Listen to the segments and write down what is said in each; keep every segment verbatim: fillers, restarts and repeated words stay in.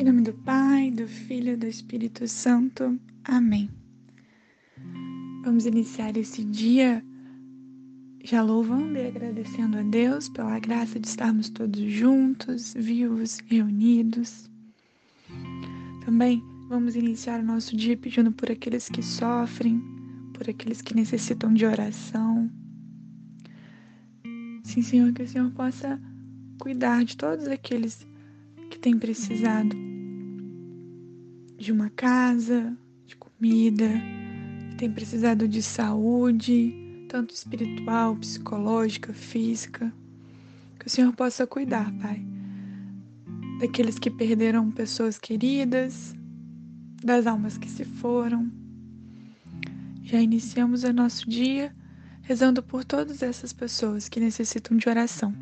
Em nome do Pai, do Filho e do Espírito Santo. Amém. Vamos iniciar esse dia já louvando e agradecendo a Deus pela graça de estarmos todos juntos, vivos, reunidos. Também vamos iniciar o nosso dia pedindo por aqueles que sofrem, por aqueles que necessitam de oração. Sim, Senhor, que o Senhor possa cuidar de todos aqueles que têm precisado de uma casa, de comida, que têm precisado de saúde, tanto espiritual, psicológica, física. Que o Senhor possa cuidar, Pai, daqueles que perderam pessoas queridas, das almas que se foram. Já iniciamos o nosso dia rezando por todas essas pessoas que necessitam de oração.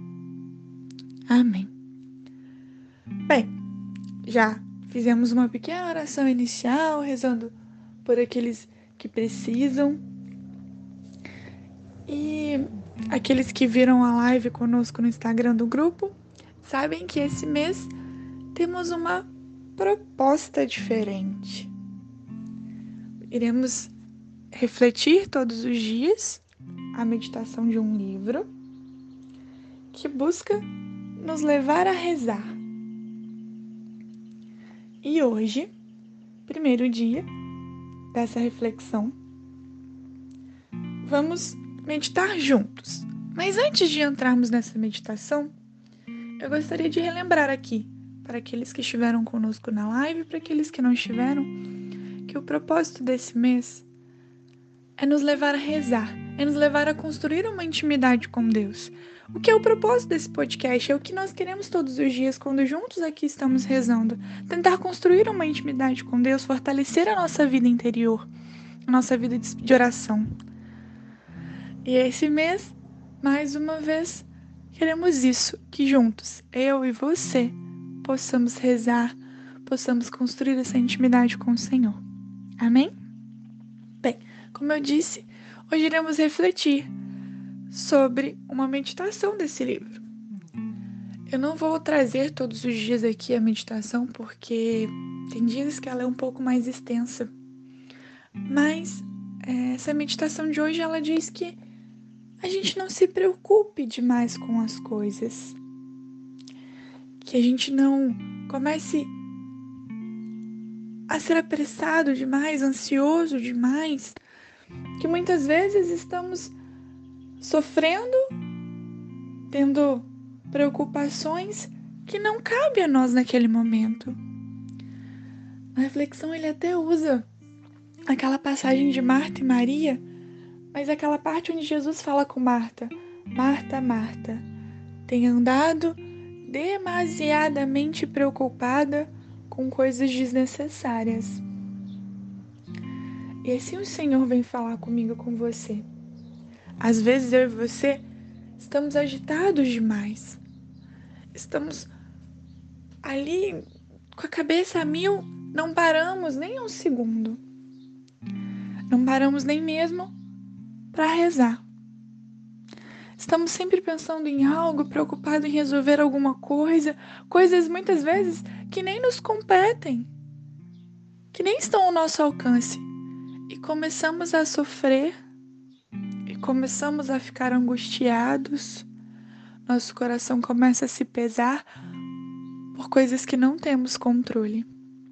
Amém. Bem, já fizemos uma pequena oração inicial, rezando por aqueles que precisam. E aqueles que viram a live conosco no Instagram do grupo, sabem que esse mês temos uma proposta diferente. Iremos refletir todos os dias a meditação de um livro que busca nos levar a rezar. E hoje, primeiro dia dessa reflexão, vamos meditar juntos. Mas antes de entrarmos nessa meditação, eu gostaria de relembrar aqui, para aqueles que estiveram conosco na live e para aqueles que não estiveram, que o propósito desse mês é nos levar a rezar, é nos levar a construir uma intimidade com Deus. O que é o propósito desse podcast? É o que nós queremos todos os dias, quando juntos aqui estamos rezando. Tentar construir uma intimidade com Deus, fortalecer a nossa vida interior, a nossa vida de oração. E esse mês, mais uma vez, queremos isso, que juntos, eu e você, possamos rezar, possamos construir essa intimidade com o Senhor. Amém? Bem, como eu disse, hoje iremos refletir sobre uma meditação desse livro. Eu não vou trazer todos os dias aqui a meditação, porque tem dias que ela é um pouco mais extensa. Mas essa meditação de hoje, ela diz que a gente não se preocupe demais com as coisas. Que a gente não comece a ser apressado demais, ansioso demais. Que muitas vezes estamos sofrendo, tendo preocupações que não cabem a nós naquele momento. Na reflexão ele até usa aquela passagem de Marta e Maria, mas aquela parte onde Jesus fala com Marta: Marta, Marta, tem andado demasiadamente preocupada com coisas desnecessárias. E assim o Senhor vem falar comigo, com você. Às vezes eu e você estamos agitados demais. Estamos ali com a cabeça a mil, não paramos nem um segundo. Não paramos nem mesmo para rezar. Estamos sempre pensando em algo, preocupados em resolver alguma coisa, coisas muitas vezes que nem nos competem, que nem estão ao nosso alcance. E começamos a sofrer, e começamos a ficar angustiados, nosso coração começa a se pesar por coisas que não temos controle.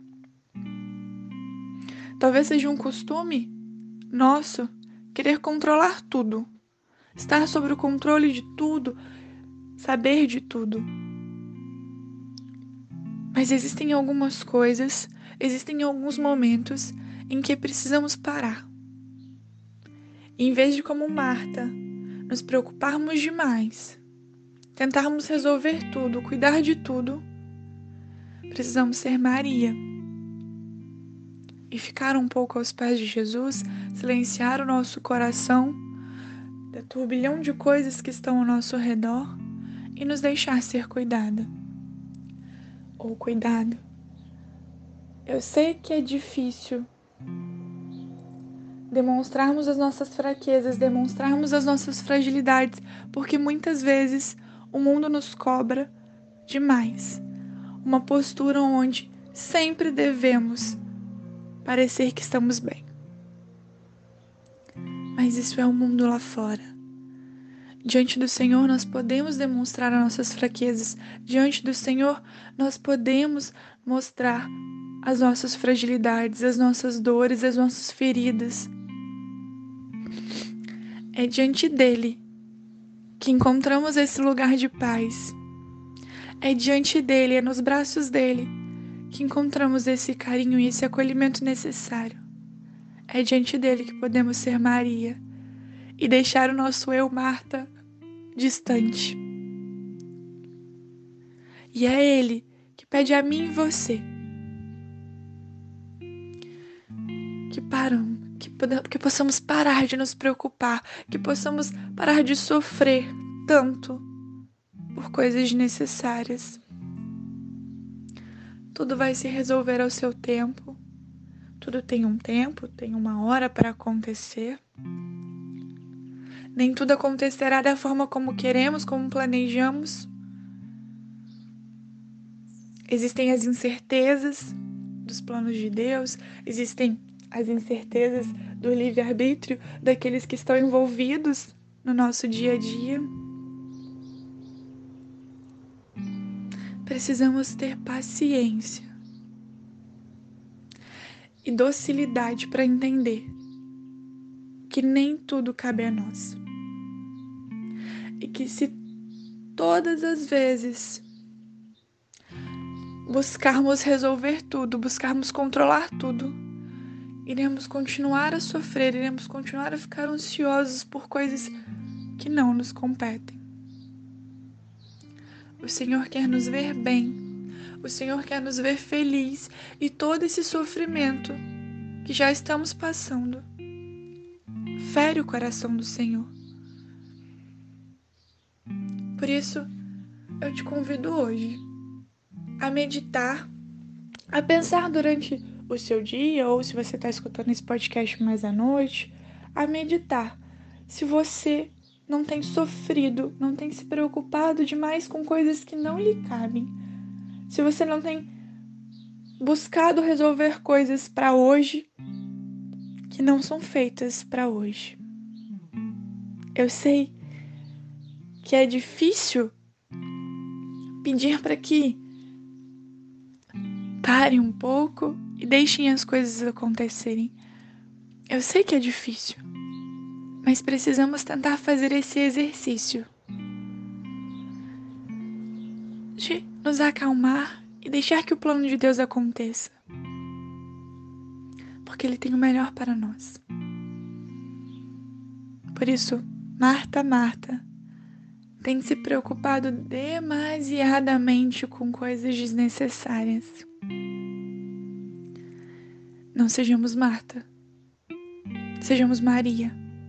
Talvez seja um costume nosso querer controlar tudo, estar sob o controle de tudo, saber de tudo. Mas existem algumas coisas, existem alguns momentos em que precisamos parar. E em vez de, como Marta, nos preocuparmos demais, tentarmos resolver tudo, cuidar de tudo, precisamos ser Maria e ficar um pouco aos pés de Jesus, silenciar o nosso coração do turbilhão de coisas que estão ao nosso redor e nos deixar ser cuidada ou cuidado. Eu sei que é difícil demonstrarmos as nossas fraquezas, demonstrarmos as nossas fragilidades, porque muitas vezes o mundo nos cobra demais. uma postura onde sempre devemos parecer que estamos bem. Mas isso é o mundo lá fora. Diante do Senhor nós podemos demonstrar as nossas fraquezas. Diante do Senhor nós podemos mostrar as nossas fragilidades, as nossas dores, as nossas feridas. É diante dele que encontramos esse lugar de paz. É diante dele, é nos braços dele que encontramos esse carinho e esse acolhimento necessário. É diante dele que podemos ser Maria e deixar o nosso eu, Marta, distante. E é ele que pede a mim e você que param, que, que possamos parar de nos preocupar, que possamos parar de sofrer tanto por coisas desnecessárias. Tudo vai se resolver ao seu tempo. Tudo tem um tempo, tem uma hora para acontecer. Nem tudo acontecerá da forma como queremos, como planejamos. Existem as incertezas dos planos de Deus, existem as incertezas do livre-arbítrio daqueles que estão envolvidos no nosso dia a dia. Precisamos ter paciência e docilidade para entender que nem tudo cabe a nós. E que se todas as vezes buscarmos resolver tudo, buscarmos controlar tudo, iremos continuar a sofrer, iremos continuar a ficar ansiosos por coisas que não nos competem. O Senhor quer nos ver bem, o Senhor quer nos ver feliz, e todo esse sofrimento que já estamos passando fere o coração do Senhor. Por isso, eu te convido hoje a meditar, a pensar durante o seu dia, ou se você está escutando esse podcast mais à noite, a meditar se você não tem sofrido, não tem se preocupado demais com coisas que não lhe cabem, se você não tem buscado resolver coisas para hoje que não são feitas para hoje. Eu sei que é difícil pedir para que parem um pouco e deixem as coisas acontecerem. Eu sei que é difícil, mas precisamos tentar fazer esse exercício de nos acalmar e deixar que o plano de Deus aconteça, porque Ele tem o melhor para nós. Por isso, Marta, Marta, tem se preocupado demasiadamente com coisas desnecessárias. Não sejamos Marta, sejamos Maria.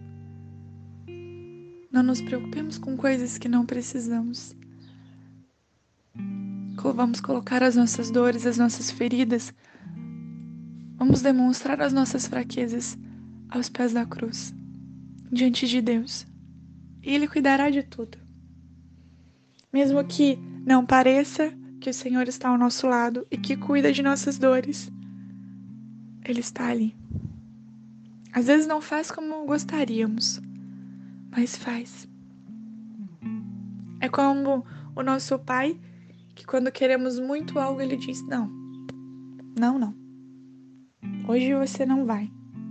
Não nos preocupemos com coisas que não precisamos. Vamos colocar as nossas dores, as nossas feridas. Vamos demonstrar as nossas fraquezas aos pés da cruz, diante de Deus. E Ele cuidará de tudo. Mesmo que não pareça que o Senhor está ao nosso lado e que cuida de nossas dores, Ele está ali. Às vezes não faz como gostaríamos, mas faz. É como o nosso Pai, que quando queremos muito algo, Ele diz, não, não, não. Hoje você não vai.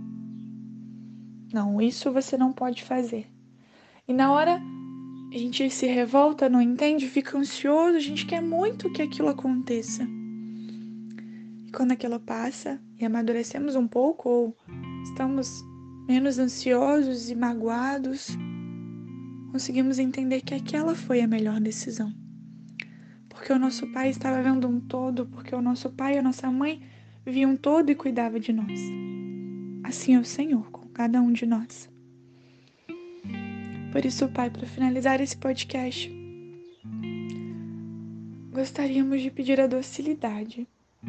Não, isso você não pode fazer. E na hora a gente se revolta, não entende, fica ansioso, a gente quer muito que aquilo aconteça. E quando aquilo passa e amadurecemos um pouco, ou estamos menos ansiosos e magoados, conseguimos entender que aquela foi a melhor decisão. Porque o nosso Pai estava vendo um todo, porque o nosso Pai e a nossa mãe viam um todo e cuidava de nós. Assim é o Senhor com cada um de nós. Por isso, Pai, para finalizar esse podcast, gostaríamos de pedir a docilidade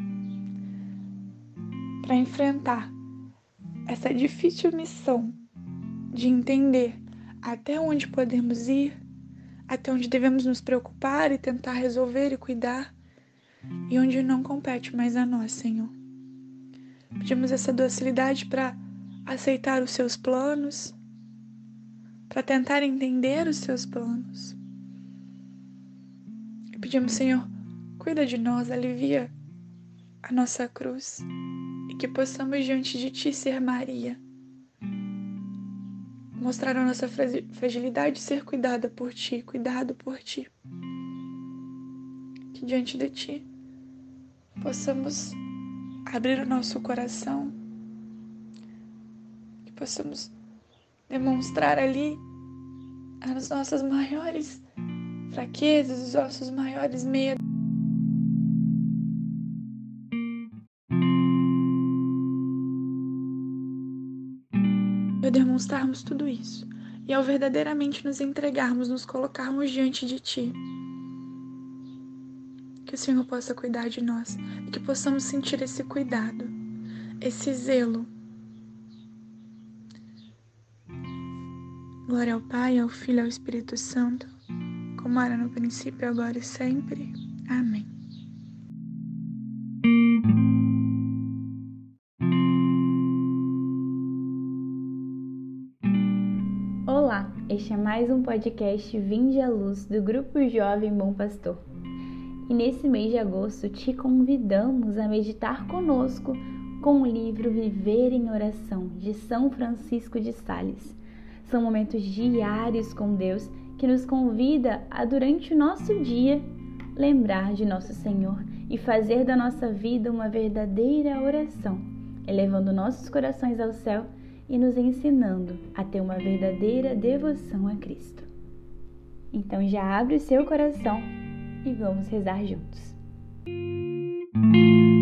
para enfrentar essa difícil missão de entender até onde podemos ir, até onde devemos nos preocupar e tentar resolver e cuidar, e onde não compete mais a nós, Senhor. Pedimos essa docilidade para aceitar os seus planos, para tentar entender os seus planos. E pedimos, Senhor, cuida de nós, alivia a nossa cruz e que possamos diante de Ti ser Maria, mostrar a nossa fragilidade e ser cuidada por Ti, cuidado por Ti. Que diante de Ti possamos abrir o nosso coração, que possamos demonstrar ali as nossas maiores fraquezas, os nossos maiores medos. Ao demonstrarmos tudo isso e ao verdadeiramente nos entregarmos, nos colocarmos diante de Ti, que o Senhor possa cuidar de nós e que possamos sentir esse cuidado, esse zelo. Glória ao Pai, ao Filho e ao Espírito Santo, como era no princípio, agora e sempre. Amém. Olá, este é mais um podcast Vinde à Luz do Grupo Jovem Bom Pastor. E nesse mês de agosto te convidamos a meditar conosco com o livro Viver em Oração, de São Francisco de Sales. São momentos diários com Deus que nos convida a, durante o nosso dia, lembrar de nosso Senhor e fazer da nossa vida uma verdadeira oração, elevando nossos corações ao céu e nos ensinando a ter uma verdadeira devoção a Cristo. Então já abre o seu coração e vamos rezar juntos.